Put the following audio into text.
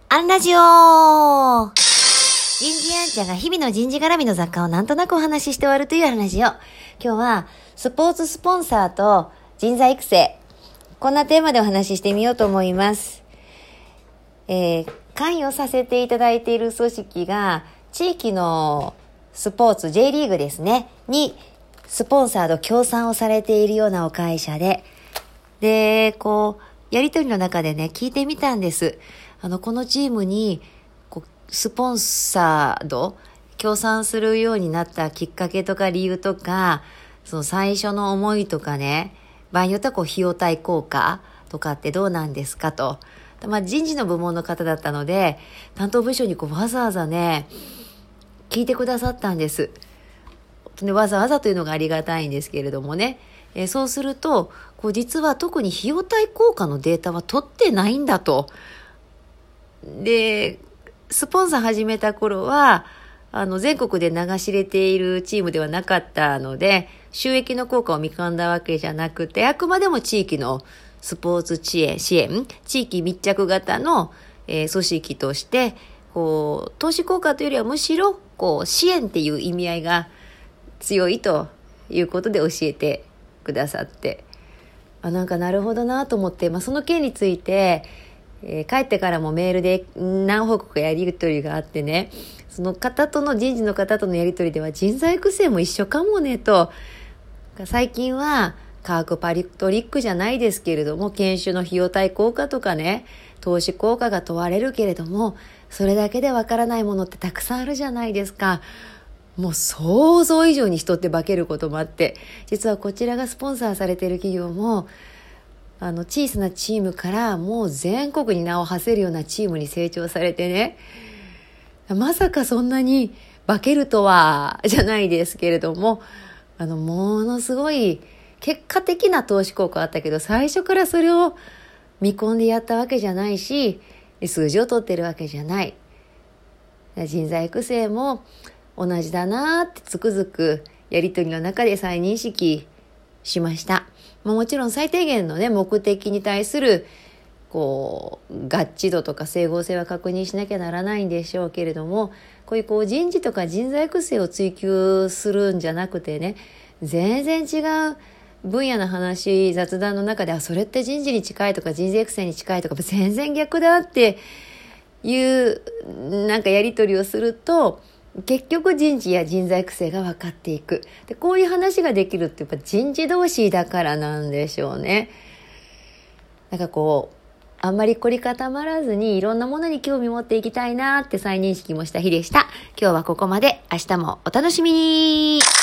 アンラジオ人事アンちゃんが日々の人事絡みの雑貨をなんとなくお話しして終わるというアンラジオ。今日はスポーツスポンサーと人材育成。こんなテーマでお話ししてみようと思います。関与させていただいている組織が地域のスポーツ J リーグですねにスポンサーと協賛をされているようなお会社で、やりとりの中でね聞いてみたんです。このチームにスポンサード協賛するようになったきっかけとか理由とか、その最初の思いとかね、場合によっては費用対効果とかってどうなんですかと。人事の部門の方だったので、担当部署にわざわざね、聞いてくださったんです。わざわざというのがありがたいんですけれどもね。そうすると、実は特に費用対効果のデータは取ってないんだと。で、スポンサー始めた頃は、全国で流し入れているチームではなかったので、収益の効果を見込んだわけじゃなくて、あくまでも地域のスポーツ支援、地域密着型の、組織として、投資効果というよりはむしろ、支援っていう意味合いが強いということで教えてくださって、なるほどなと思って、その件について、帰ってからもメールで何報告かやり取りがあってね、その方との人事の方とのやり取りでは人材育成も一緒かもねと、最近は科学パリトリックじゃないですけれども、研修の費用対効果とかね、投資効果が問われるけれども、それだけでわからないものってたくさんあるじゃないですか。もう想像以上に人って化けることもあって、実はこちらがスポンサーされている企業も小さなチームからもう全国に名を馳せるようなチームに成長されてね、まさかそんなに化けるとはじゃないですけれども、ものすごい結果的な投資効果あったけど、最初からそれを見込んでやったわけじゃないし、数字を取ってるわけじゃない。人材育成も同じだなってつくづくやり取りの中で再認識しました。もちろん最低限のね、目的に対する合致度とか整合性は確認しなきゃならないんでしょうけれども、こういう人事とか人材育成を追求するんじゃなくてね、全然違う分野の話、雑談の中でそれって人事に近いとか人材育成に近いとか全然逆だっていうやり取りをすると、結局人事や人材育成が分かっていく。で、こういう話ができるってやっぱ人事同士だからなんでしょうね。あんまり凝り固まらずにいろんなものに興味持っていきたいなって再認識もした日でした。今日はここまで。明日もお楽しみに。